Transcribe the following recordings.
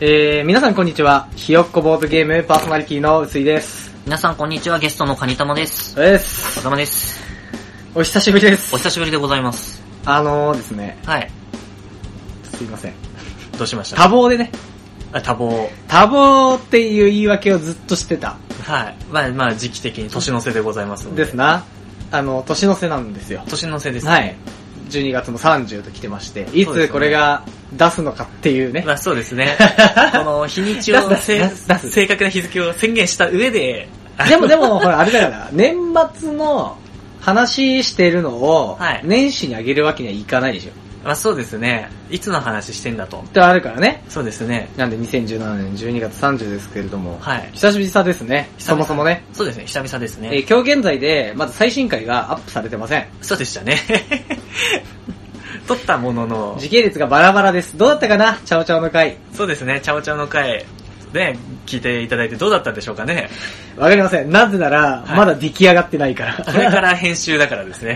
皆さんこんにちは。ひよっこボードゲームパーソナリティのうすいです。 皆さんこんにちは。ゲストのカニタマです。 です。 おたまです。 お久しぶりです。 お久しぶりでございます。 ですね。 はい。 すいません。 どうしました？ 多忙でね。 多忙。 多忙っていう言い訳をずっとしてた。 はい。まあ時期的に年の瀬でございますので。 ですな。年の瀬なんですよ。 年の瀬です、 ね。はい。12月の30と来てまして、いつこれが出すのかっていうね。 まあそうですね。この日にちを正確な日付を宣言した上で。 でもほらあれだよな。年末の話してるのを年始にあげるわけにはいかないでしょ。 まあそうですね。いつの話してんだと。 ってあるからね。 そうですね。 なんで2017年12月30ですけれども。 はい。 久々ですね。そもそもね。 そうですね。久々ですね。 今日現在で、まず最新回がアップされてません。 そうでしたね。撮ったものの。 時系列がバラバラです。どうだったかな？チャオチャオの回。 そうですね。チャオチャオの回。ね、聞いていただいてどうだったでしょうかね。 わかりません。なぜなら、まだ出来上がってないから。 これから編集だからですね。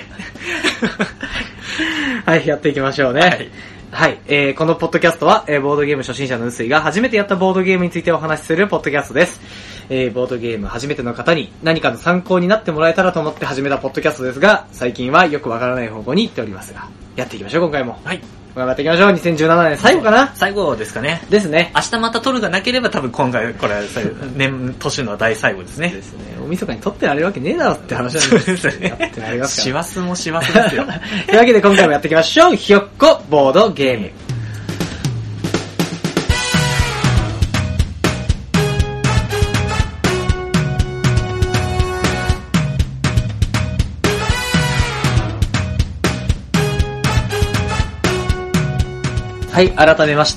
はい、やっていきましょうね。はい。このポッドキャストは、ボードゲーム初心者のうすいが初めてやったボードゲームについてお話しするポッドキャストです。ボードゲーム初めての方に何かの参考になってもらえたらと思って始めたポッドキャストですが、最近はよくわからない方向に行っておりますが、やっていきましょう、今回も。 はい。 頑張っていきましょう。2017年最後かな？ 最後ですかね。 ですね。 明日また撮るがなければ多分今回、これは年の大最後ですね。 ですね。大晦日に撮ってられるわけねえだろって話なんですね。やってられますから。 師走も師走ですよ。 というわけで今回もやっていきましょう。ひよっこボードゲーム。はい、改めまして、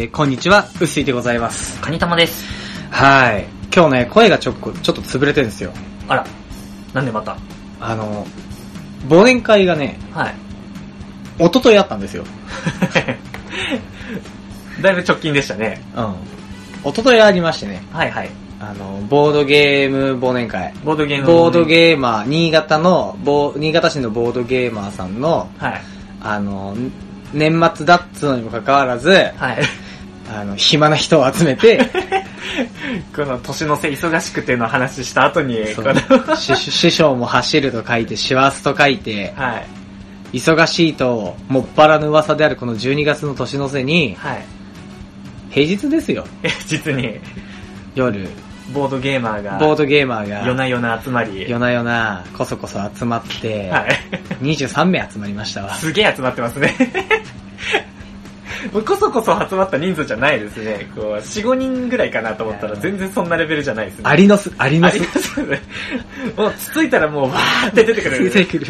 こんにちは、うっすいでございます。 カニタマです。 はい。今日ね、声がちょっと潰れてるんですよ。 あら、なんでまた？ 忘年会がね、 はい。 一昨日あったんですよ。 だいぶ直近でしたね。 うん。一昨日ありましてね。 はいはい。 ボードゲーム忘年会。 ボードゲーマー、新潟市のボードゲーマーさんの、 はい。 年末だっつうのにもかかわらず、 はい。 暇な人を集めて、 この年の瀬忙しくての話した後に、 師匠も走ると書いて、師走と書いて、 はい。 忙しいと、もっぱらの噂であるこの12月の年の瀬に、 はい。 平日ですよ。 実に、 夜、 ボードゲーマーが、夜な夜な集まり、 夜な夜な、こそこそ集まって、 はい。 23名集まりましたわ。 すげえ集まってますね。こそこそ集まった人数じゃないですね。こう、4、5人ぐらいかなと思ったら全然そんなレベルじゃないですね。 ありのす。 もうつついたらもうわーって出てくる。 出てくる。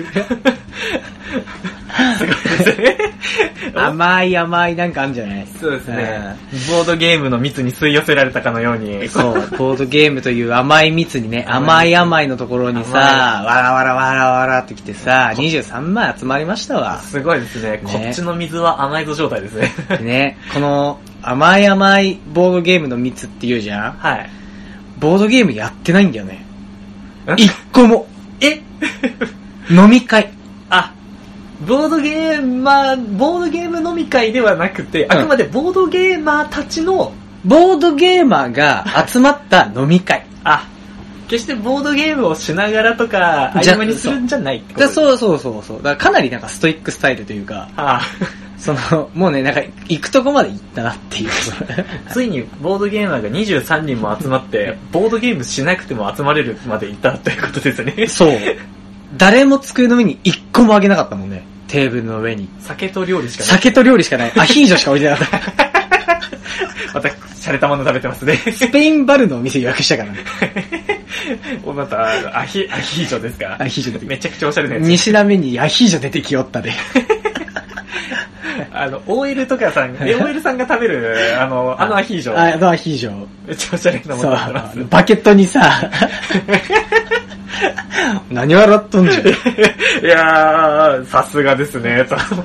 すごいですね。 甘いなんかあるんじゃない？ そうですね。ボードゲームの蜜に吸い寄せられたかのように。 そう、ボードゲームという甘い蜜にね、甘いのところにさ、わらってきてさ、23万集まりましたわ。 すごいですね。こっちの水は甘いぞ状態ですね。 ね、この甘いボードゲームの蜜って言うじゃん？ はい。 ボードゲームやってないんだよね。一個も。飲み会。 ボードゲーム飲み会ではなくて、あくまでボードゲーマーたちの、 ボードゲーマーが集まった飲み会。 決してボードゲームをしながらとか、合間にするんじゃないってこと？ そう。だからかなりなんかストイックスタイルというか、もうね、なんか行くとこまで行ったなっていう。 ついにボードゲーマーが23人も集まって、ボードゲームしなくても集まれるまで行ったということですよね。 そう。誰も机の上に一個もあげなかったもんね。テーブルの上に。 酒と料理しかない。 アヒージョしか置いてなかった。 また、洒落たもの食べてますね。 スペインバルのお店予約したからね。 また、アヒージョですか？ アヒージョ出てめちゃくちゃおしゃれなやつ。 2品目にアヒージョ出てきよったで。 OL とかさん、OL さんが食べる、アヒージョ。 アヒージョ。 めっちゃおしゃれなものだった。 バケットにさ、 何笑っとんじゃん。 いやー、さすがですね、と思って。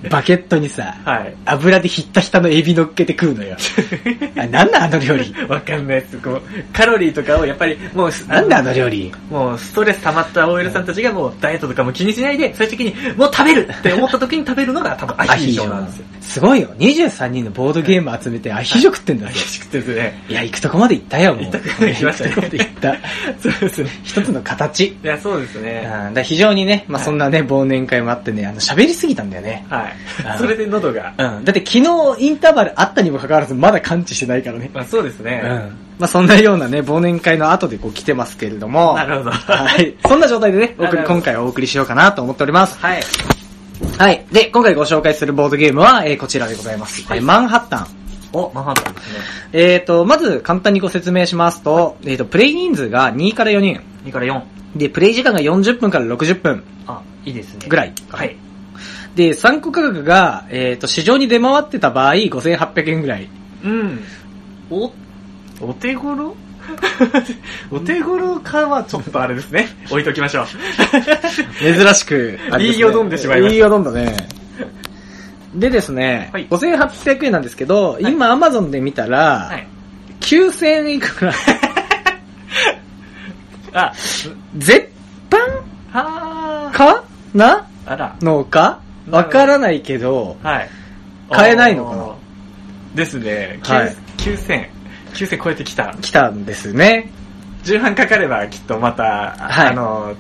バケットにさ、 はい。 油でひったひたのエビ乗っけて食うのよ。あ、なんだあの料理。 わかんないです。こう、カロリーとかをやっぱり、もう、 なんだあの料理。 もう、ストレス溜まった OL さんたちがもう、ダイエットとかも気にしないで、そういう時に、もう食べるって思った時に食べるのが多分アヒージョなんですよ。 すごいよ。23人のボードゲーム集めてアヒージョ食ってんだぜ。 アヒージョ食ってるんですね。 いや、行くとこまで行ったよ、もう。 行ったとこまで行きましたね。 行くとこまで行った。 そうですね。 一つの形。 いや、そうですね。 だ非常にね、まあそんなね、忘年会もあってね、喋りすぎたんだよね。 はい。それで喉が。 だって昨日インターバルあったにもかかわらずまだ完治してないからね。 まあそうですね。 まあそんなようなね、忘年会の後でこう来てますけれども。 なるほど。 はい。そんな状態でね、今回はお送りしようかなと思っております。 はい。 はい。で、今回ご紹介するボードゲームは、こちらでございます。はい、マンハッタン。 お、マンハッタンですね。まず簡単にご説明しますと、プレイ人数が2から4人。 2から4。 で、プレイ時間が40分から60分。 あ、いいですね。 ぐらい。 はい。 で、参考価格が、市場に出回ってた場合、5800円ぐらい。 うん。お手頃お手頃かはちょっとあれですね。置いときましょう。 珍しく、 言いよどんでしまいました。 言いよどんだね。でですね、はい、5800円なんですけど、はい、今 Amazon で見たら、はい、9000円いくら。あ、絶版かなのかわからないけど、はい、買えないのかなですね。9000超えてきたんですね。 重版かかればきっとまた、はい、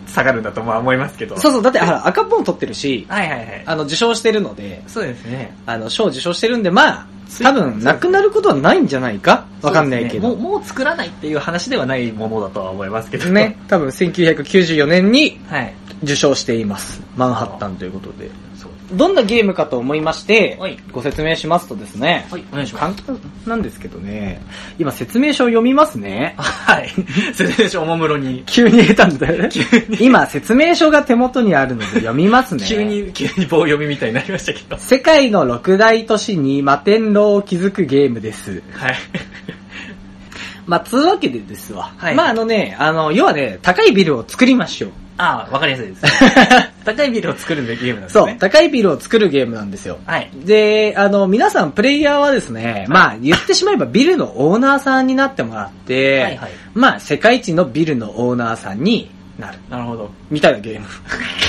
下がるんだとは思いますけど。 そうそう、だって赤本取ってるし、 はいはいはい。 受賞してるので、 そうですね。 賞受賞してるんで、まあ、多分、なくなることはないんじゃないかわかんないけど、 ね。もう作らないっていう話ではないものだとは思いますけど。 ね、多分1994年に、受賞しています。マンハッタンということで。どんなゲームかと思いまして、ご説明しますとですね、 はい、お願いします。 簡単なんですけどね、今説明書を読みますね。 はい。説明書おもむろに。 急に下手んだよね。今説明書が手元にあるので読みますね。 急に棒読みみたいになりましたけど。 世界の6大都市に摩天楼を築くゲームです。 はい。 まあ、つうわけでですわ。はい。まあ要はね、高いビルを作りましょう。 ああ、わかりやすいです。高いビルを作るゲームなんですね。 そう、高いビルを作るゲームなんですよ。 はい。 で、皆さんプレイヤーはですね、まあ、言ってしまえばビルのオーナーさんになってもらって、はいはい。まあ、世界一のビルのオーナーさんになる。 なるほど。 みたいなゲーム。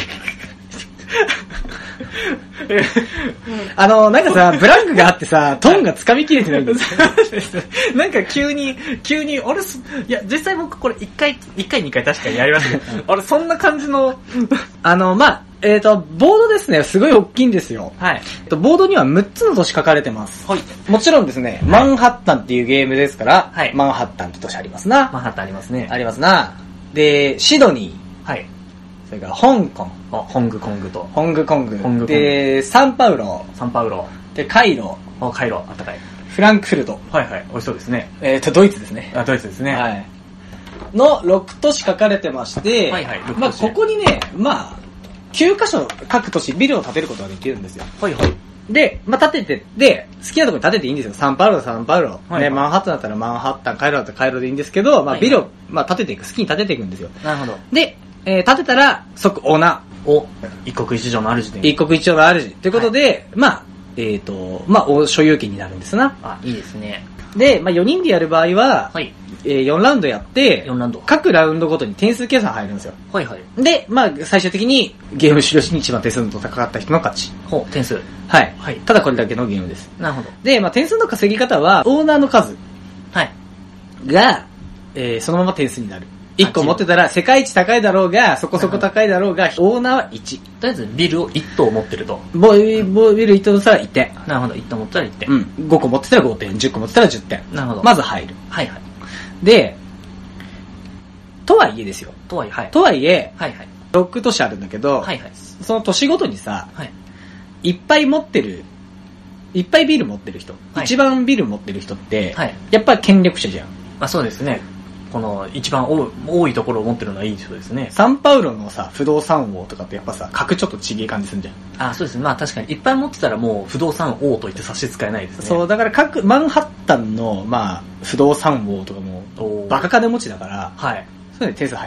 なんかさ、ブランクがあってさ、トーンが掴みきれてないんですよ。 なんか急に、いや、実際僕これ1回、2回確かにやりましたけど、そんな感じの、 まあ、ボードですね、すごい大きいんですよ。 はい。 ボードには6つの都市書かれてます。 はい。 もちろんですね、マンハッタンっていうゲームですから、 はい。 マンハッタンって都市ありますな。 マンハッタンありますね。 ありますな。で、シドニー。 はい。 それから香港。 ホングコングと。 ホングコング。で、サンパウロ。で、カイロ。 カイロ、あったかい。 フランクフルト。 はいはい、美味しそうですね。 ドイツですね。 ドイツですね。 はい。の6都市書かれてまして、 はいはい。 まあここにね、まあ、9カ所各都市、ビルを建てることができるんですよ。 はいはい。 で、まあ建てて、で、好きなところに建てていいんですよ。サンパウロ、 はいはい、 ね、マンハッタンだったらマンハッタン、カイロだったらカイロでいいんですけど、まあビルを、まあ建てていく、好きに建てていくんですよ。 なるほど。 で、建てたら即オーナー。一国一城の主で。 一国一城の主。ということで、はい、まあ、まあ、所有権になるんですな。 あ、いいですね。 で、まあ4人でやる場合は、 はい。 4ラウンドやって、 4ラウンド。 各ラウンドごとに点数計算入るんですよ。 はいはい。 で、まあ最終的にゲーム終了時に一番点数の高かった人の勝ち。 点数。 はい。 はい。 ただこれだけのゲームです。 なるほど。 で、まあ点数の稼ぎ方は、オーナーの数。 はい。 が、そのまま点数になる。1個持ってたら、世界一高いだろうが、そこそこ高いだろうが、オーナーは1。 とりあえずビルを1棟持ってると。 ビル1棟としたら1点。 なるほど、1棟持ったら1点。 うん。5個持ってたら5点、10個持ってたら10点。 なるほど。 まず入る。 はいはい。 で、とはいえですよ。 とはいえ、 はいはい。6都市あるんだけど、 はいはい。 その都市ごとにさ、 はい。 いっぱいビル持ってる人、 はい、 一番ビル持ってる人って、 はい、 やっぱり権力者じゃん。 まあそうですね。この一番多いところを持ってるのはいい人ですね。 サンパウロのさ、不動産王とかってやっぱさ、格ちょっとちげえ感じするじゃん。 あ、そうですね。まあ確かにいっぱい持ってたらもう不動産王と言って差し支えないですね。 そう、だからマンハッタンの、まあ、不動産王とかも、バカ金持ちだから、 はい。 それで点数入るんですよ。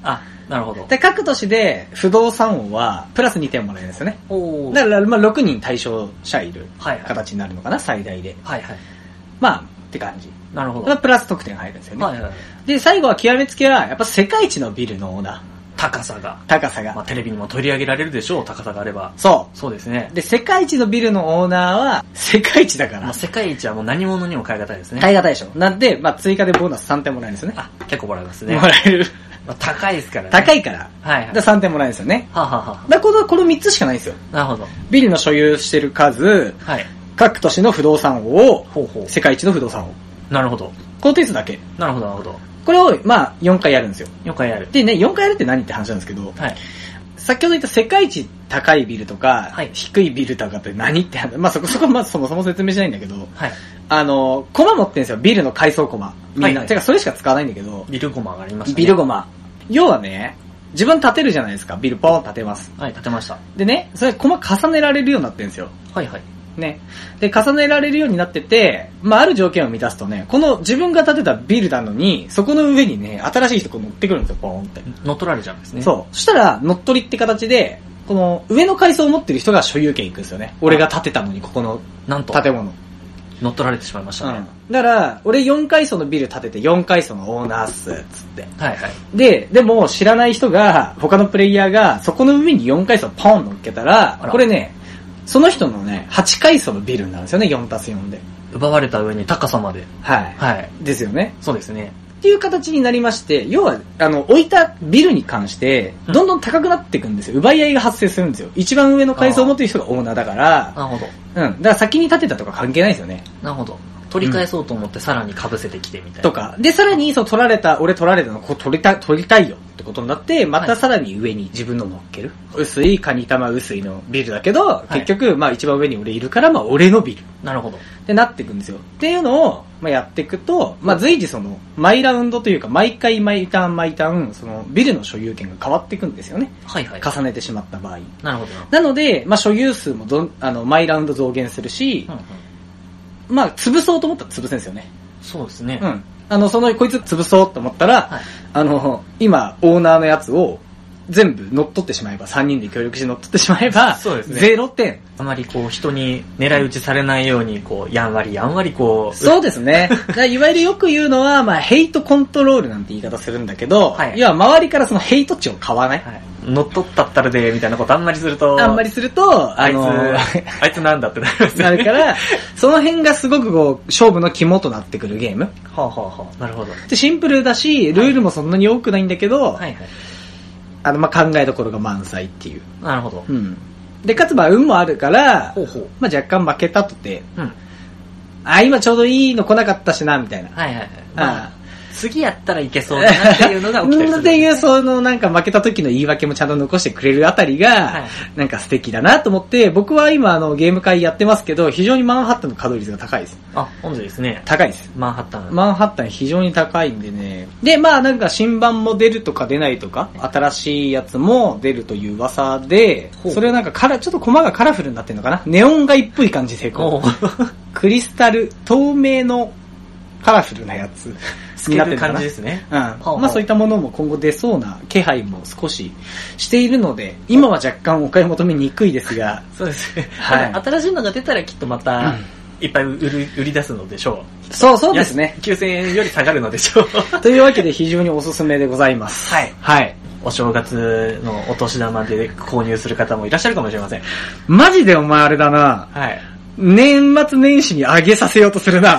あ、なるほど。 で、各都市で不動産王はプラス2点もらえるんですよね。 おー。 だから、まあ6人対象者いるはいはい形になるのかな、最大で。 はいはい。 まあ、って感じ。 なるほど。 まあプラス得点入るんですよね。 はいはい。 で、最後は極めつけは、やっぱ世界一のビルのオーナー。 高さが。 高さが。 まあ、テレビにも取り上げられるでしょう、高さがあれば。 そそうですねう。。で、世界一のビルのオーナーは、世界一だからまあ、。世界一はもう何者にも変え難いですね。 買い難いでしょ。なんで、まあ追加でボーナス3点もらえるんですよね。 あ、結構もらえますね。 もらえる。 まあ、高いですからね。 高いから。 はいはい。 で、3点もらえるんですよね。 はあ、はあはだからこの3つしかないんですよ。 あ、なるほど。 ビルの所有してる数、 はい。 各都市の不動産王、 ほうほ世界一の不動産王。 う。なるほど。 この点数だけ。 なるほど、なるほど。 これを、まあ、4回やるんですよ。 4回やる。 でね、4回やるって何って話なんですけど、 はい。 先ほど言った世界一高いビルとか、 はい低いビルとかって何って話、まあそこはまずそもそも説明しないんだけど、 はい。 コマ持ってるんですよ、ビルの階層コマ。みんな。 はいはいてかそれしか使わないんだけど、 ビルゴマがありましたね。 ビルコマ。要はね、自分建てるじゃないですか、ビルポーン建てます。 はい、立てました。 でね、それコマ重ねられるようになってるんですよ。 はいはい。 ね。で、重ねられるようになってて、まあ、ある条件を満たすとね、この自分が建てたビルなのに、そこの上にね、新しい人こう乗ってくるんですよ、ポーンって。 乗っ取られちゃうんですね。 そう。そしたら、乗っ取りって形で、この上の階層を持ってる人が所有権いくんですよね。俺が建てたのに、ここのなんと、 建物。 乗っ取られてしまいましたね。 うん。だから、俺4階層のビル建てて4階層のオーナーっす、つって。 はいはい。 でも知らない人が、他のプレイヤーが、そこの上に4階層ポン乗っけたらあ、らこれね、その人のね、8階層のビルになるんですよね、4たす4で。 奪われた上に高さまで。 はい。 はい。 ですよね。 そうですね。 っていう形になりまして、要は、置いたビルに関して、どんどん高くなっていくんですよ。奪い合いが発生するんですよ。一番上の階層を持ってる人がオーナーだから、 なるほど。 うん。だから先に建てたとか関係ないですよね。 なるほど。取り返そうと思ってさらに被せてきてみたいな。 とか。で、さらに、俺取られたの、こう取りたいよってことになって、またさらに上に自分の乗っける。薄い、カニ玉薄いのビルだけど、 い結局、まあ一番上に俺いるから、まあ俺のビル。 なるほど。 ってなっていくんですよ。っていうのを、まあ、やっていくと、まあ、随時その、毎ラウンドというか、毎回毎ターン、その、ビルの所有権が変わっていくんですよね。 はいはい。 重ねてしまった場合。 なるほど。 なので、まあ、所有数も毎ラウンド増減するしうん、うん。 まあ、潰そうと思ったら潰せるんですよね。 そうですね。 うん。こいつ潰そうと思ったら、 はい。 今、オーナーのやつを、全部乗っ取ってしまえば、3人で協力して乗っ取ってしまえば、 そうですね 0点。 あまりこう人に狙い撃ちされないように、こう、やんわりこう。 そうですね。だからいわゆるよく言うのは、まあ、ヘイトコントロールなんて言い方するんだけど、 はい要は周りからそのヘイト値を買わない。 はい。乗っ取ったったらで、みたいなことあんまりすると。 あんまりすると、 あいつなんだってなりますなるから、その辺がすごくこう、勝負の肝となってくるゲーム。 はあはあはあ。なるほど。 で、シンプルだし、ルールもそんなに多くないんだけど、 はいはい。 まあ、考えどころが満載っていう。 なるほど。 うん。で、かつまあ、運もあるから、 ほうほう。 まあ、若干負けたとて、 うん。 今ちょうどいいの来なかったしな、みたいな。 はいはいはい。 あまあ、次やったらいけそうだなっていうのが起きたりする。 っていう、そのなんか負けた時の言い訳もちゃんと残してくれるあたりが、 はいなんか素敵だなと思って、僕は今ゲーム会やってますけど、非常にマンハッタンの稼働率が高いです。 あ、本当ですね。 高いです。 マンハッタン。 マンハッタン非常に高いんでね。で、まあなんか新版も出るとか出ないとか、新しいやつも出るという噂で、 ほうそれはなんかちょっとコマがカラフルになってるのかな、ネオン街っぽい感じでこおう、クリスタル、透明のカラフルなやつ。 透ける感じですね。 うん。 はあまあそういったものも今後出そうな気配も少ししているので、今は若干お買い求めにくいですが、 そうですね。 はい新しいのが出たらきっとまた、いっぱい売り出すのでしょう。 そうですね。 9000円より下がるのでしょう。 というわけで非常におすすめでございます。 はい。 はい。 お正月のお年玉で購入する方もいらっしゃるかもしれません。 マジでお前あれだな。 はい。 年末年始に上げさせようとするな。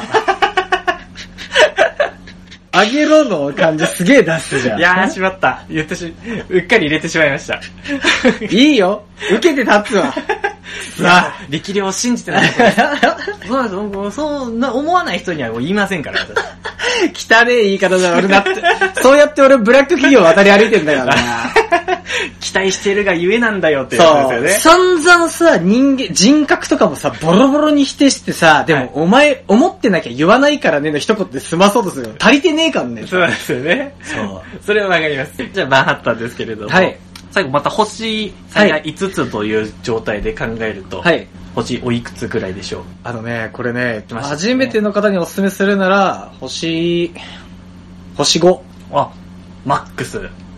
上げろの感じすげえ出すじゃん。 いやー、しまった。うっかり入れてしまいました。 いいよ。受けて立つわ。 さあ、力量を信じてない。そうです。僕思わない人にはもう言いませんから、私。 汚ねえ言い方だ、俺だって。そうやって俺ブラック企業渡り歩いてんだからな。 期待してるがゆえなんだよってやつですよね。 散々さ、人格とかもさ、ボロボロに否定してさ、でも、お前、思ってなきゃ言わないからねの一言で済まそうとするよ。足りてねえからね。 そうですよね。 そう。 それはわかります。じゃあ、マンハッタンですけれども。 はい。 最後また星最大5つという状態で考えると、 はい。 星おいくつぐらいでしょう？ これね、 来ましたね初めての方にお勧めするなら、星5。 あ、マックス。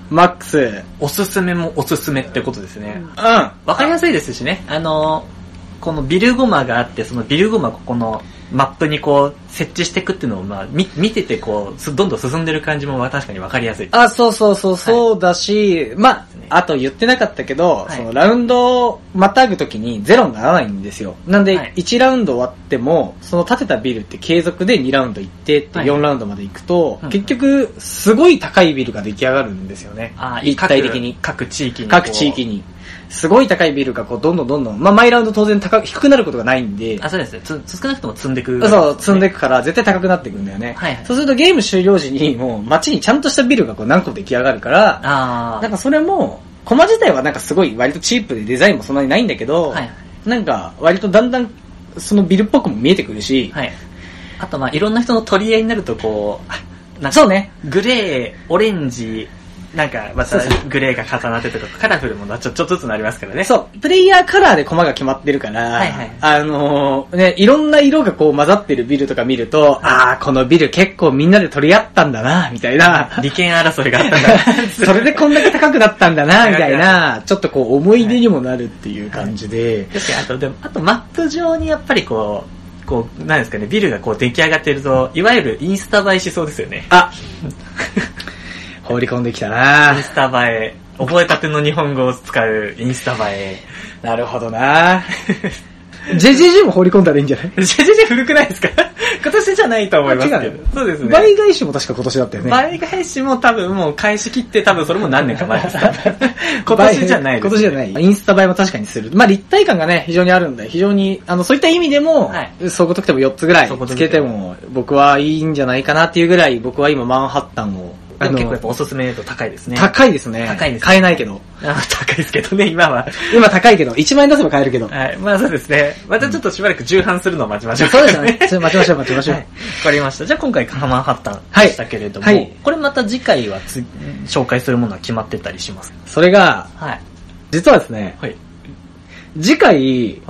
マックス。 おすすめもおすすめってことですね。 うん。 わかりやすいですしね。このビルゴマがあって、そのビルゴマここのマップにこう設置していくっていうのをまあ見ててこうどんどん進んでる感じも確かにわかりやすい。 あ、そうだし、まあ、あと言ってなかったけど、そのラウンドをまたぐときにゼロにならないんですよ。なんで、1ラウンド終わっても、その建てたビルって継続で2ラウンド行ってって4ラウンドまで行くと、結局、すごい高いビルが出来上がるんですよね。立体的に。 各地域に。すごい高いビルがこうどんどん、まあ毎ラウンド当然低くなることがないんで。 そうですね。少なくとも積んでく、 そう、積んでくから絶対高くなっていくんだよね。そうするとゲーム終了時にもう街にちゃんとしたビルがこう何個出来上がるから、なんかそれも、コマ自体はなんかすごい割とチープでデザインもそんなにないんだけど、なんか割とだんだんそのビルっぽくも見えてくるし、 あとまあいろんな人の取り合いになるとこう、なんかそうね。 グレー、オレンジ、なんかまたグレーが重なってとかカラフルもちょっとずつなりますからね。 そう。プレイヤーカラーでコマが決まってるから、ね、いろんな色がこう混ざってるビルとか見ると、このビル結構みんなで取り合ったんだな、みたいな。 利権争いがあったんだな。 それでこんだけ高くなったんだな、みたいな、ちょっとこう思い出にもなるっていう感じで。 確かにあとマップ上にやっぱりこう、なんですかね、ビルがこう出来上がってると、いわゆるインスタ映えしそうですよね。 放り込んできたな。 インスタ映え。覚えたての日本語を使うインスタ映え。 なるほどな。JJJ も放り込んだらいいんじゃない？ JJJ 古くないですか？今年じゃないと思いますけど。そうですね。 倍返しも確か今年だったよね。 倍返しも多分もう返し切って多分それも何年か前ですか？今年じゃないです。 今年じゃない。インスタ映えも確かにする。まあ立体感がね、非常にあるんで、非常に、そういった意味でも、総合得点も4つぐらいつけても、僕はいいんじゃないかなっていうぐらい、僕は今マンハッタンを、 結構やっぱおすすめ度高いですね。 高いですね。買えないけど。 高いですけどね、今は。 今高いけど、1万円出せば買えるけど。 はい。まあそうですね。またちょっとしばらく重版するのを待ちましょう。 そうですね。待ちましょう。わかりました。じゃあ今回マンハッタンでしたけれども、これまた次回は紹介するものは決まってたりしますか？ それが、実はですね、次回、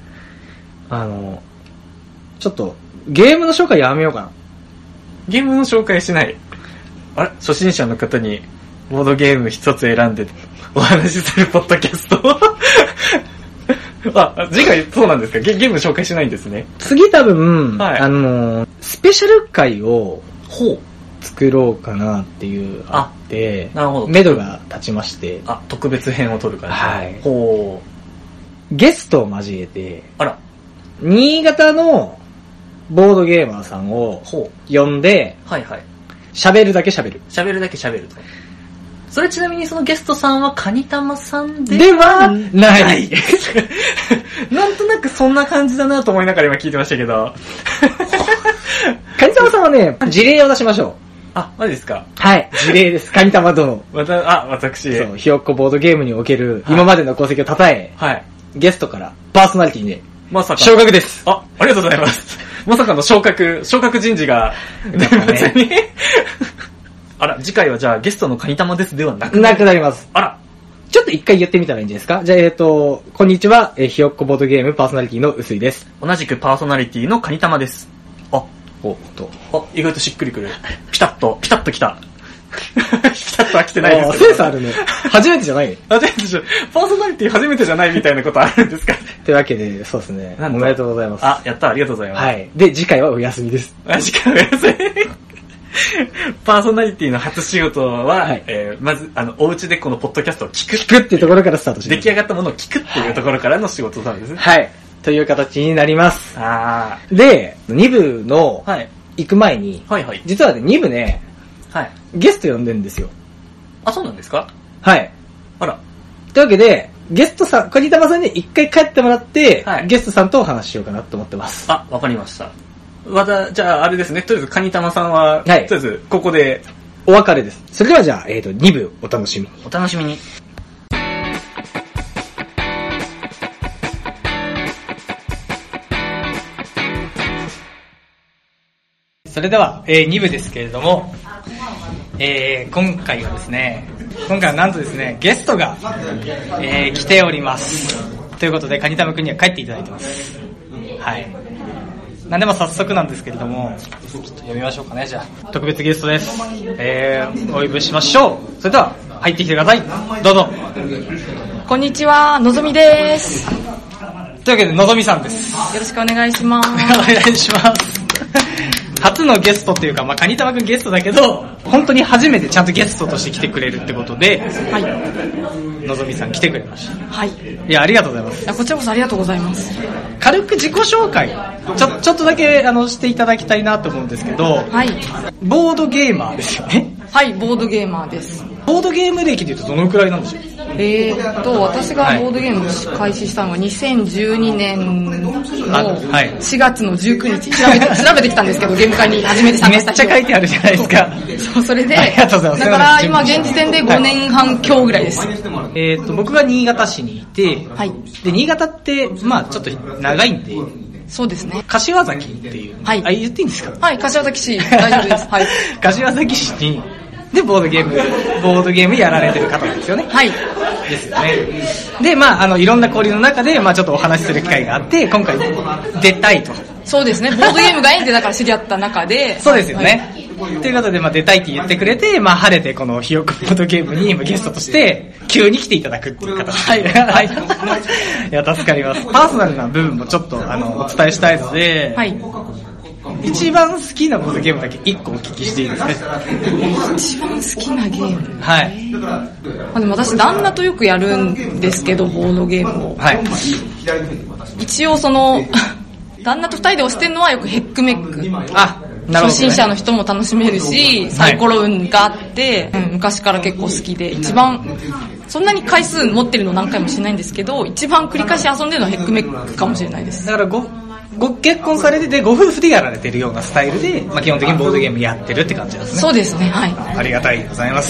ちょっと、ゲームの紹介やめようかな。 ゲームの紹介しない。あれ？初心者の方にボードゲーム一つ選んでお話しするポッドキャスト次回そうなんですか？ゲーム紹介しないんですね。 次多分、スペシャル回を作ろうかなっていうあって、 なるほど。 目処が立ちまして。 特別編を撮るから。 ゲストを交えて、新潟のボードゲーマーさんを呼んで、喋るだけ喋る。 喋るだけ喋ると。それちなみにそのゲストさんはカニタマさんではない。 なんとなくそんな感じだなと思いながら今聞いてましたけど。 カニタマさんはね、事例を出しましょう。 マジですか？ はい、事例です。カニタマ殿。 私。 そう、ひよっこボードゲームにおける今までの功績を称え、ゲストからパーソナリティで、昇格です。 ありがとうございます。まさかの昇格人事が出ますね。次回はじゃあゲストのカニタマですではなくなります。ちょっと一回言ってみたらいいんじゃないですか？じゃあ、こんにちは、ひよっこボードゲームパーソナリティのうすいです。 同じくパーソナリティのカニタマです。意外としっくりくる。ピタッときた。ピタッとは来てないですけど。 センスあるね。初めてじゃない初めてじゃ、パーソナリティ初めてじゃないみたいなことあるんですか？ というわけで、そうですね。おめでとうございます。 やった、ありがとうございます。 で、次回はお休みです。 次回はお休み。パーソナリティの初仕事は、まず、お家でこのポッドキャストを聞くっていうところからスタートして。 出来上がったものを聞くっていうところからの仕事なんですね。 という形になります。で、2部の、行く前に、実はね、2部ね、ゲスト呼んでるんですよ。 そうなんですか？ というわけで、ゲストさん、カニタマさんに一回帰ってもらって、ゲストさんとお話ししようかなと思ってます。 わかりました。じゃああれですね、とりあえずカニタマさんは、とりあえずここでお別れです。それではじゃあ、2部お楽しみに。 お楽しみに。 それでは、2部ですけれども、今回はなんとですね、ゲストが、来ております。ということで、カニタマくんには帰っていただいてます。なんでも早速なんですけれども、ちょっと読みましょうかね、じゃあ。特別ゲストです。お呼びしましょう。それでは、 入ってきてください。どうぞ。 こんにちは、のぞみです。 というわけで、のぞみさんです。 よろしくお願いします。 お願いします。初のゲストっていうか、カニ玉くんゲストだけど、本当に初めてちゃんとゲストとして来てくれるってことで、 はい。 のぞみさん来てくれました。 はい。 いや、ありがとうございます。 こちらこそありがとうございます。 軽く自己紹介、ちょっとだけ、していただきたいなと思うんですけど、 はい。 ボードゲーマーですよね。 はい、ボードゲーマーです。 ボードゲーム歴でいうとどのくらいなんでしょう？ 私がボードゲームを開始したのが2012年の4月の19日。調べてきたんですけど、ゲーム会に初めて参加した日。 めっちゃ書いてあるじゃないですか。 そう、それで、 ありがとうございます。 だから今現時点で5年半強ぐらいです。 僕が新潟市にいて、 はい。 で、新潟って、ちょっと長いんで、 そうですね。 柏崎っていう。 はい。 言っていいんですか？ はい、柏崎市、大丈夫です。はい。 柏崎市に、で、ボードゲームやられてる方なんですよね。 はい。 ですよね。で、いろんな交流の中で、ちょっとお話しする機会があって、今回、出たいと。 そうですね。ボードゲームが縁でだから知り合った中で。 そうですよね。はい、ということで、出たいって言ってくれて、晴れてこのひよこボードゲームにゲストとして、急に来ていただくっていう形で。はい。いや、助かります。パーソナルな部分もちょっと、お伝えしたいので、 はい。 一番好きなボードゲームだけ1個お聞きしていいですか？ 一番好きなゲーム？ はい。 でも私、旦那とよくやるんですけど、ボードゲームを。 はい。 一応旦那と二人で押してるのはよくヘックメック。 あ、なるほど、ね。 初心者の人も楽しめるし、サイコロ運があって、昔から結構好きで、一番、そんなに回数持ってるの何回もしないんですけど、一番繰り返し遊んでるのはヘックメックかもしれないです。 だからご結婚されててご夫婦でやられてるようなスタイルで、基本的にボードゲームやってるって感じですね。 そうですね、はい。 ありがたいございます。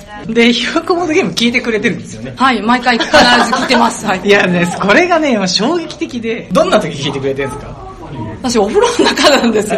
で、ひよこボードゲーム聞いてくれてるんですよね。 はい、毎回必ず聞いてます。はい。 いやね、これがね、衝撃的で、どんな時聞いてくれてるんですか？ 私、お風呂の中なんですよ。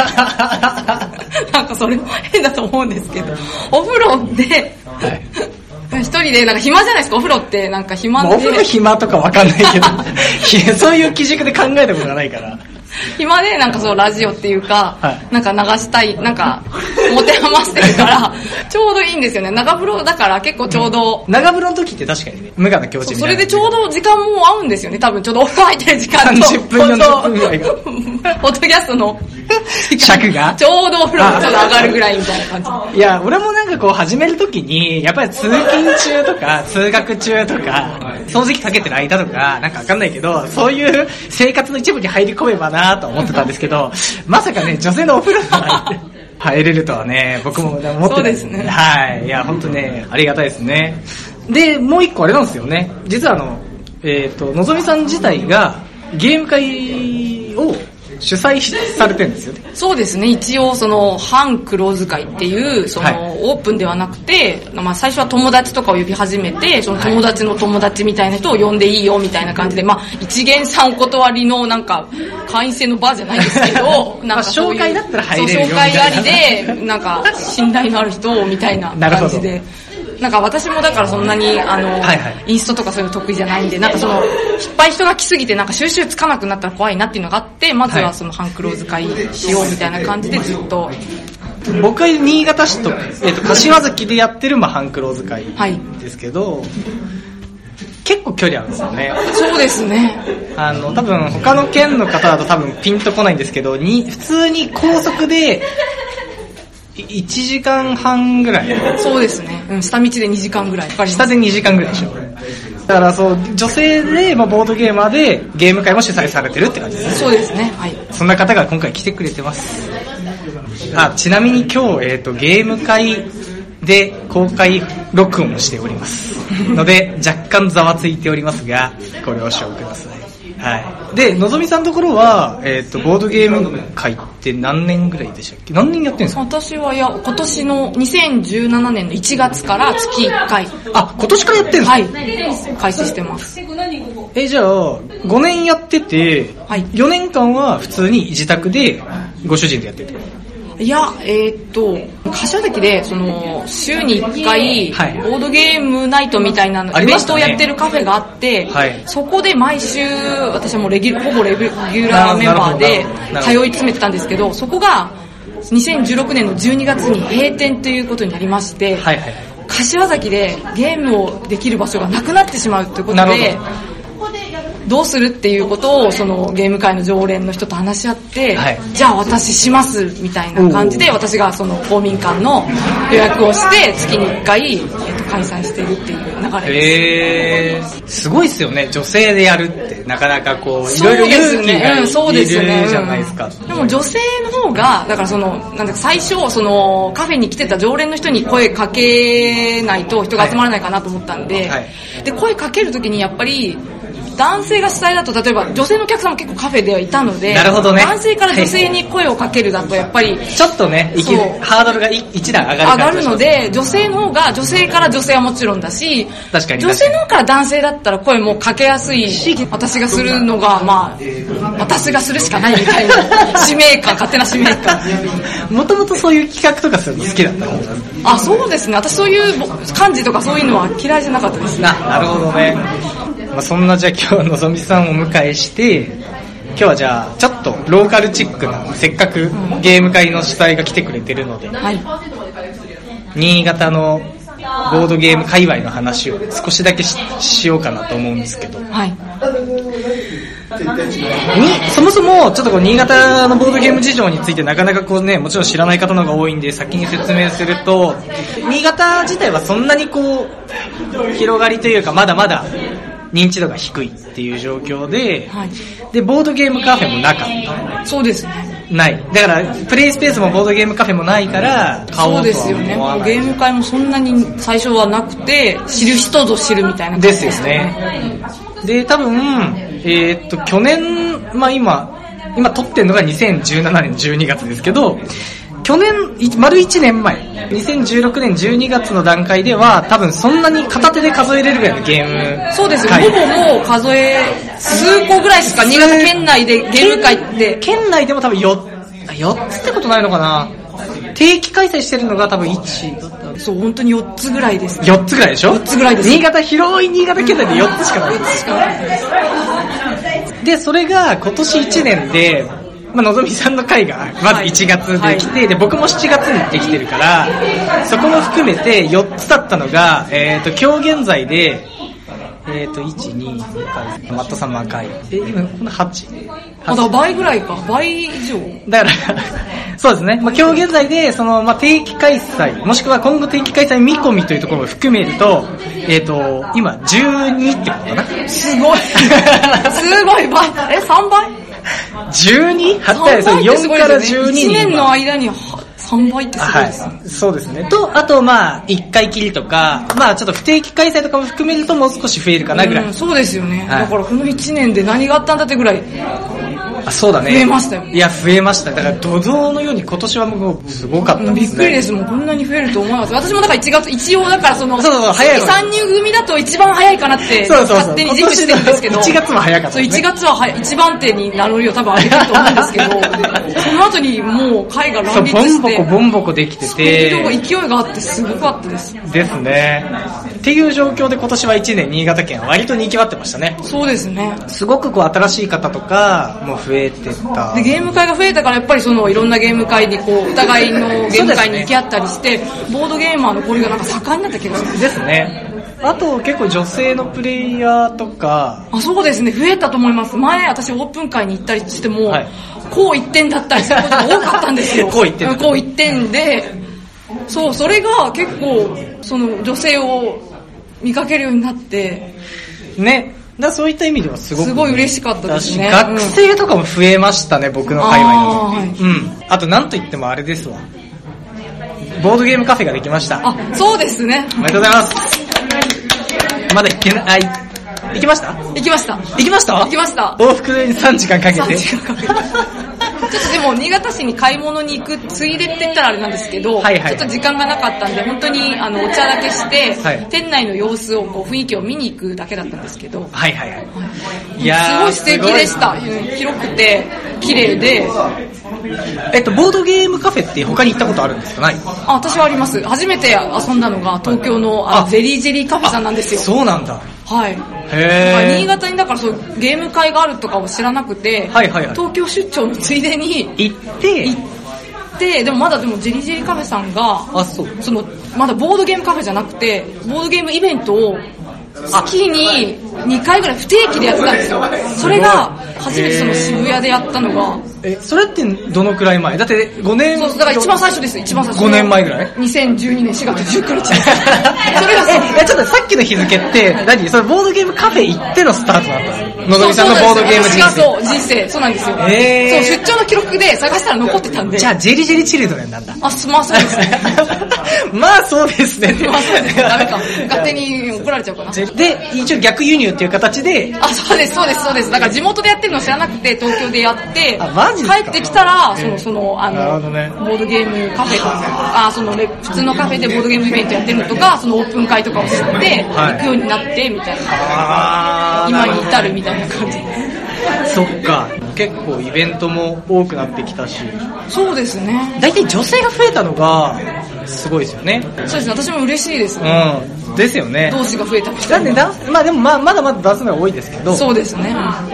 なんかそれも変だと思うんですけど、お風呂で、はい、一人で暇じゃないですか、お風呂って暇で。 お風呂暇とかわかんないけど、そういう基軸で考えたことがないから。 暇でラジオっていうか、 はい、 流したい、持て余してるから、ちょうどいいんですよね。長風呂だから結構ちょうど。 長風呂の時って確かにね、無我な境地みたいな。 それでちょうど時間も合うんですよね。多分ちょうどお風呂入ってる時間と。 30分40分ぐらいが。 ポッドキャストの尺がちょうどお風呂がちょっと上がるぐらいみたいな感じ。 いや、俺も始める時に、やっぱり通勤中とか、通学中とか、掃除機かけてる間とか、わかんないけど、そういう生活の一部に入り込めばなと思ってたんですけど、まさかね、女性のお風呂に入れるとはね、僕も思ってない。 そうですね。 はい。いや、ほんとね、ありがたいですね。で、もう一個あれなんですよね。実はのぞみさん自体がゲーム会を主催されてるんですよね。 そうですね。一応反クローズ会っていうオープンではなくて、最初は友達とかを呼び始めて、その友達の友達みたいな人を呼んでいいよみたいな感じで、一元さんお断りの会員制の場じゃないですけど、 紹介だったら入れるよみたいな。紹介ありで、信頼のある人をみたいな感じで。私もだからそんなにインストとかそういうの得意じゃないんで、いっぱい人が来すぎて収集つかなくなったら怖いなっていうのがあって、まずは反クローズ会しようみたいな感じでずっと。 僕は新潟市と、柏崎でやってる反クローズ会ですけど、結構距離あるんですよね。 そうですね。 多分他の県の方だと多分ピンとこないんですけど、普通に高速で、1時間半ぐらい。 そうですね。下道で2時間ぐらいかかります。 下で2時間ぐらいでしょ。だから女性で、ボードゲーマーでゲーム会も主催されてるって感じですね。 そうですね。はい。 そんな方が今回来てくれてます。ちなみに今日、ゲーム会で公開録音をしております。ので、若干ざわついておりますが、ご了承ください。はい。で、のぞみさんのところは、ボードゲーム会って何年ぐらいでしたっけ？何年やってるんですか？ 私は今年の2017年の1月から月1回。 あ、今年からやってるんですか？はい。開始してます。 じゃあ、5年やってて、はい、4年間は普通に自宅でご主人でやってて。 いや、柏崎で、週に1回、ボードゲームナイトみたいなイベントをやってるカフェがあって、そこで毎週、私はもうほぼレギュラーメンバーで通い詰めてたんですけど、そこが2016年の12月に閉店ということになりまして、 柏崎でゲームをできる場所がなくなってしまうということで、どうするっていうことをそのゲーム会の常連の人と話し合って、はい、じゃあ私しますみたいな感じで、私がその公民館の予約をして月に1回、開催しているっていう流れです。 すごいですよね。女性でやるってなかなかこういろいろ勇気がいるじゃないですか。 でも女性の方がだからそのなんだか最初そのカフェに来てた常連の人に声かけないと人が集まらないかなと思ったんで、はい、で声かけるときにやっぱり男性が主体だと、例えば女性のお客さんも結構カフェではいたので、 なるほどね、 男性から女性に声をかけるだとやっぱりちょっとねハードルが一段上がるので、女性の方が女性から女性はもちろんだし、 確かに女性の方から男性だったら声もかけやすいし、私がするのがまあ私がするしかないみたいな使命感、勝手な使命感。 もともとそういう企画とかするの好きだったの？ あ、そうですね。私そういう漢字とかそういうのは嫌いじゃなかったですね。 なるほどね。まあ、そんなじゃあ今日のぞみさんをお迎えして、今日はじゃあちょっとローカルチックな、せっかくゲーム会の主催が来てくれてるので、はい、新潟のボードゲーム界隈の話を少しだけ しようかなと思うんですけど、はい、そもそもちょっとこう新潟のボードゲーム事情についてなかなかこうね、もちろん知らない方の方が多いんで先に説明すると、新潟自体はそんなにこう広がりというかまだまだ認知度が低いっていう状況で、はい、でボードゲームカフェもなかった。 そうですね。 ない。だからプレイスペースもボードゲームカフェもないから買おうとは思わない。そうですよね。 ゲーム会もそんなに最初はなくて、知る人ぞ知るみたいな感じですよね。で多分去年、まあ今撮ってるのが2017年12月ですけど、去年丸1年前2016年12月の段階では多分そんなに片手で数えれるぐらいのゲーム。 そうですよ。ほぼもう数え数個ぐらいしか新潟県内でゲーム会って県内でも多分4つってことないのかな。定期開催してるのが多分1、 そう本当に4つぐらいです、ね。 4つぐらいでしょ。 4つぐらいです。 広い新潟県内で4つしかないです。でそれが今年1年で。まあ、のぞみさんの会がまず1月できて、はい、で僕も7月にできてるからそこも含めて4つだったのが、今日現在で1、2、マットさんも赤い今この8 まだ倍ぐらいか、倍以上だからそうですね、まあ、今日現在でその、まあ、定期開催もしくは今後定期開催見込みというところを含めると今12ってことかな。 すごいすごい倍3倍 12? 4から12に、 1年の間に3倍ってすごいですね。はい、 そうですね。と、あとまあ、1回きりとか、まあちょっと不定期開催とかも含めるともう少し増えるかなぐらい。 そうですよね。はい、だからこの1年で何があったんだってぐらい。 そうだね。 増えましたよ。 いや、増えました。だから、怒涛のように今年はもうすごかったですね。 びっくりです。もうこんなに増えると思います。私もだから1月、一応だからその、 早い参入組だと一番早いかなって、勝手に自負してるんですけど。 1月は早かった、ね。 そう、1月は一番手に名乗りを多分上げてると思うんですけど、その後にもう会が乱立して、 ボンボコできてて、 スピードが勢いがあってすごかったです。 ですね。っていう状況で今年は1年新潟県は割とにぎわってましたね。 そうですね。 すごくこう新しい方とかも増えてた。 でゲーム会が増えたからやっぱりそのいろんなゲーム会にこうお互いのゲーム会に行き合ったりして、ボードゲーマーの交流がなんか盛んになった気がします。 ですね。あと結構女性のプレイヤーとか。 そうですね、増えたと思います。前私オープン会に行ったりしても、はい、こう一点だったりすることが多かったんですよ。 こう一点で、そう、それが結構その女性を見かけるようになってね。そういった意味ではすごい嬉しかったですね。 学生とかも増えましたね、僕の界隈の。はい、あとなんといってもあれですわ。ボードゲームカフェができました。 そうですね。 おめでとうございます。まだ行けない。行きました？ 行きました。 往復で3時間かけて。 ちょっとでも新潟市に買い物に行くついでって言ったらあれなんですけど、はいはい、ちょっと時間がなかったんで本当にお茶だけして、はい、店内の様子をこう雰囲気を見に行くだけだったんですけど、 はいはいはい。いやすごい素敵でした。広くて綺麗で。 ボードゲームカフェって他に行ったことあるんですか？ない？ 私はあります。初めて遊んだのが東京のゼリージェリーカフェさんなんですよ。 そうなんだ。 はい。新潟にだからそうゲーム会があるとかを知らなくて、はいはいはい、東京出張のついでに行ってて、でもまだジェリージェリーカフェさんが、まだボードゲームカフェじゃなくて、ボードゲームイベントを月に2回ぐらい不定期でやってたんですよ。それが初めてその渋谷でやったのが。 それってどのくらい前？だって5年。 そう、だから一番最初です、一番最初。 5年前ぐらい ?2012 年4月19日。それがちょっとさっきの日付って、それボードゲームカフェ行ってのスタートだったの？のぞみさんのボードゲーム人生。 そう、人生、そうなんですよ。そう、出張の記録で探したら残ってたんで。 じゃあ、ジェリジェリチルドレンなんだ。 まあそうですね。 まあそうですね。 まあそうですね。ダメか。勝手に怒られちゃうかな。 で、一応逆輸入っていう形で。 そうです。だから地元でやってるの知らなくて、東京でやって、 マジですか？ 帰ってきたら、ボードゲームカフェ普通のカフェでボードゲームイベントやってるのとか、そのオープン会とかを知って、行くようになって、みたいな。今に至るみたいな感じで。 そっか。結構イベントも多くなってきたし。 そうですね。 大体女性が増えたのが、すごいですよね。 そうですね、私も嬉しいです。 ですよね。 同志が増えたみたいな。でもまだまだ出すのは多いですけど。 そうですね。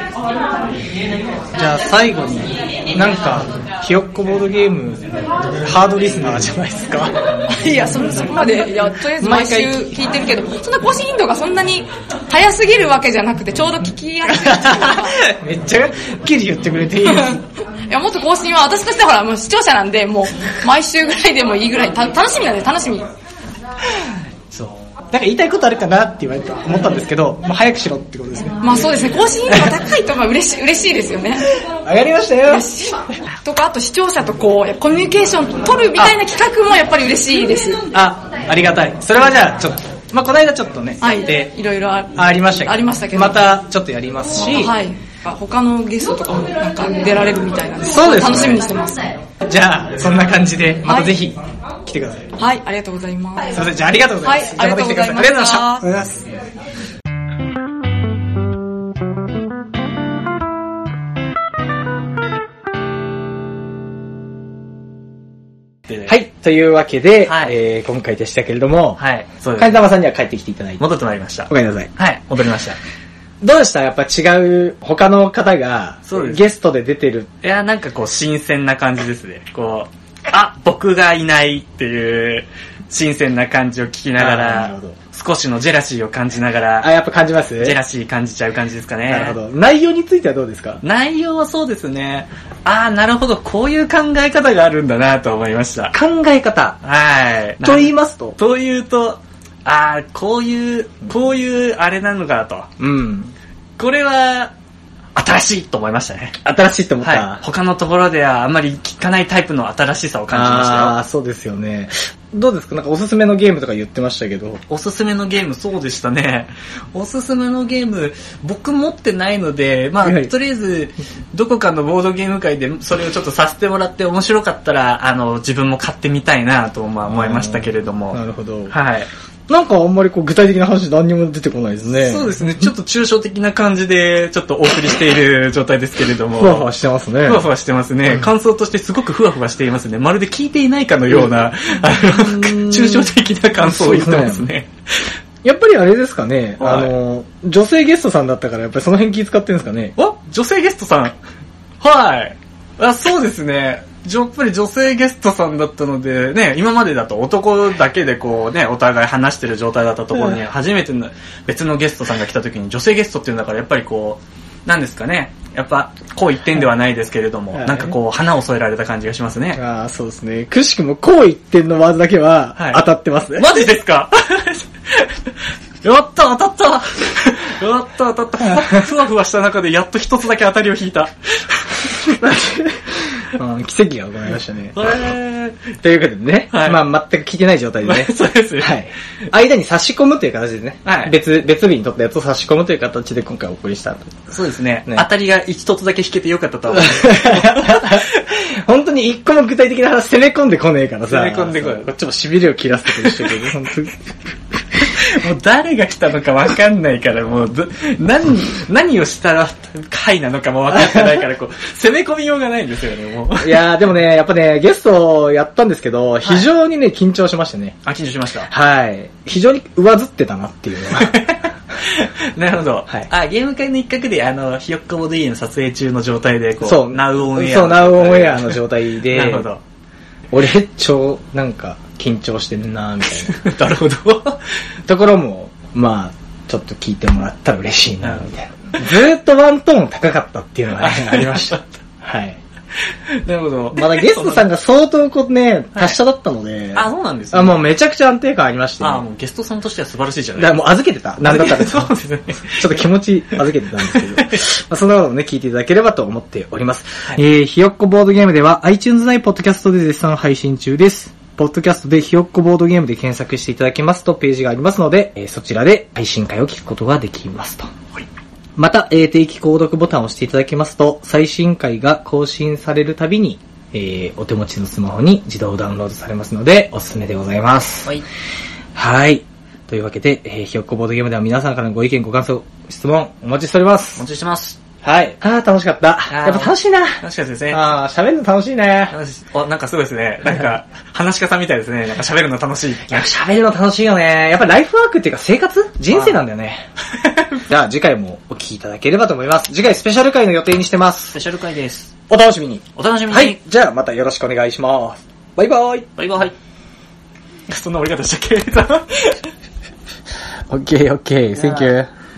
じゃあ最後に、ひよっこボードゲーム、ハードリスナーじゃないですか。 いや、そこまで、とりあえず毎週聞いてるけど、そんな更新頻度がそんなに早すぎるわけじゃなくて、ちょうど聞きやすい。 めっちゃきり言ってくれていいです。 いや、もっと更新は、私としてはもう視聴者なんで、もう毎週ぐらいでもいいぐらい、楽しみなんで、楽しみ。 そう。言いたいことあるかなって思ったんですけど、早くしろってことですね。 まあそうですね、更新頻度が高いと嬉しいですよね。 上がりましたよ。 とか、あと視聴者とコミュニケーション取るみたいな企画もやっぱり嬉しいです。 ありがたい。それはじゃあ、ちょっと、この間ちょっとね、 いろいろありましたけど。またちょっとやりますし、 他のゲストとかも出られるみたいなんで、 そうですね。 楽しみにしてます。 じゃあ、そんな感じで、またぜひ来てください。 はい、ありがとうございます。 すいません、じゃあありがとうございます。 はい、ありがとうございました。 ありがとうございました。ありがとうございます。はい、というわけで、今回でしたけれども、金玉さんには帰ってきていただいて。 戻ってまいりました。 お帰りなさい。 はい、戻りました。 どうでした？やっぱ違う他の方がゲストで出てる。 いや、新鮮な感じですね。僕がいないっていう新鮮な感じを聞きながら、少しのジェラシーを感じながら。 やっぱ感じます？ ジェラシー感じちゃう感じですかね。 なるほど。内容についてはどうですか？ 内容はそうですね。なるほど。こういう考え方があるんだなと思いました。 考え方？ はい。 と言いますと？ というと、こういうあれなのかと。これは、新しいと思いましたね。 新しいと思った。 他のところではあんまり聞かないタイプの新しさを感じましたよ。 そうですよね。どうですか？おすすめのゲームとか言ってましたけど。 おすすめのゲーム、そうでしたね。おすすめのゲーム、僕持ってないので、とりあえず、どこかのボードゲーム会でそれをちょっとさせてもらって面白かったら、自分も買ってみたいなと思いましたけれども。 なるほど。 はい。 あんまり具体的な話何にも出てこないですね。 そうですね。ちょっと抽象的な感じで、ちょっとお送りしている状態ですけれども。 ふわふわしてますね。 ふわふわしてますね。感想としてすごくふわふわしていますね。まるで聞いていないかのような、抽象的な感想を言ってますね。 やっぱりあれですかね、女性ゲストさんだったからやっぱりその辺気遣ってるんですかね。 女性ゲストさん？はい。そうですね。やっぱり女性ゲストさんだったので、ね、今までだと男だけでお互い話してる状態だったところに、初めての別のゲストさんが来た時に女性ゲストっていうんだから、やっぱりなんですかね、やっぱ、こう一点ではないですけれども、花を添えられた感じがしますね。 そうですね。くしくもこう一点のワードだけは、当たってますね。 マジですか？やった当たったふわふわした中でやっと一つだけ当たりを引いた。奇跡が起こりましたね。ということでね、全く聞いてない状態でね。 そうですね。 はい。間に差し込むという形でね、別日にとったやつを差し込むという形で今回お送りした。 そうですね。当たりが一つだけ引けてよかったと思う。 本当に一個も具体的な話攻め込んでこねえからさ。 攻め込んでこい。 こっちも痺れを切らせてくれしてるけど、本当に。 もう誰が来たのか分かんないから、もう何をしたら回なのかも分かってないから、攻め込みようがないんですよね、もう。 いやー、でもね、やっぱね、ゲストやったんですけど、非常にね、緊張しましたね。 緊張しました。 はい。非常に上ずってたなっていうのは。 なるほど。はい。ゲーム会の一角で、ひよっこボードゲーム撮影中の状態で、 そう、 ナウオンエア。 そう、ナウオンエアの状態で。 なるほど。 俺超なんか緊張してんなみたいな。 なるほど。 ところも、まあ、ちょっと聞いてもらったら嬉しいなみたいな。ずーっとワントーン高かったっていうのが、ね、ありました。はい。 なるほど。 まだゲストさんが相当こうね、達者だったので。 あ、そうなんですね。 もうめちゃくちゃ安定感ありまして、ね。 もうゲストさんとしては素晴らしいじゃないだからもう預けてた。なんだったら。 そうですね。 ちょっと気持ち預けてたんですけど。まあそんなこともね、聞いていただければと思っております。はい、ひよっこボードゲームでは iTunes 内ポッドキャストで絶賛配信中です。ポッドキャストでひよっこボードゲームで検索していただきますとページがありますので、そちらで配信会を聞くことができますと。はい、また、定期購読ボタンを押していただきますと、最新回が更新されるたびに、お手持ちのスマホに自動ダウンロードされますので、おすすめでございます。はい。はい。というわけで、ひよっこボードゲームでは皆さんからのご意見、ご感想、質問、お待ちしております。 お待ちしてます。 はい。楽しかった。やっぱ楽しいな。 楽しかったですね。 喋るの楽しいね。 なんかすごいですね。なんか、話し方みたいですね。なんか喋るの楽しい。 喋るの楽しいよね。やっぱライフワークっていうか生活人生なんだよね。じゃあ次回もお聞きいただければと思います。次回スペシャル回の予定にしてます。 スペシャル回です。 お楽しみに。 お楽しみに。 はい。じゃあまたよろしくお願いします。バイバイ。 バイバイ。そんな折り方したっけ？ オッケー、Thank you.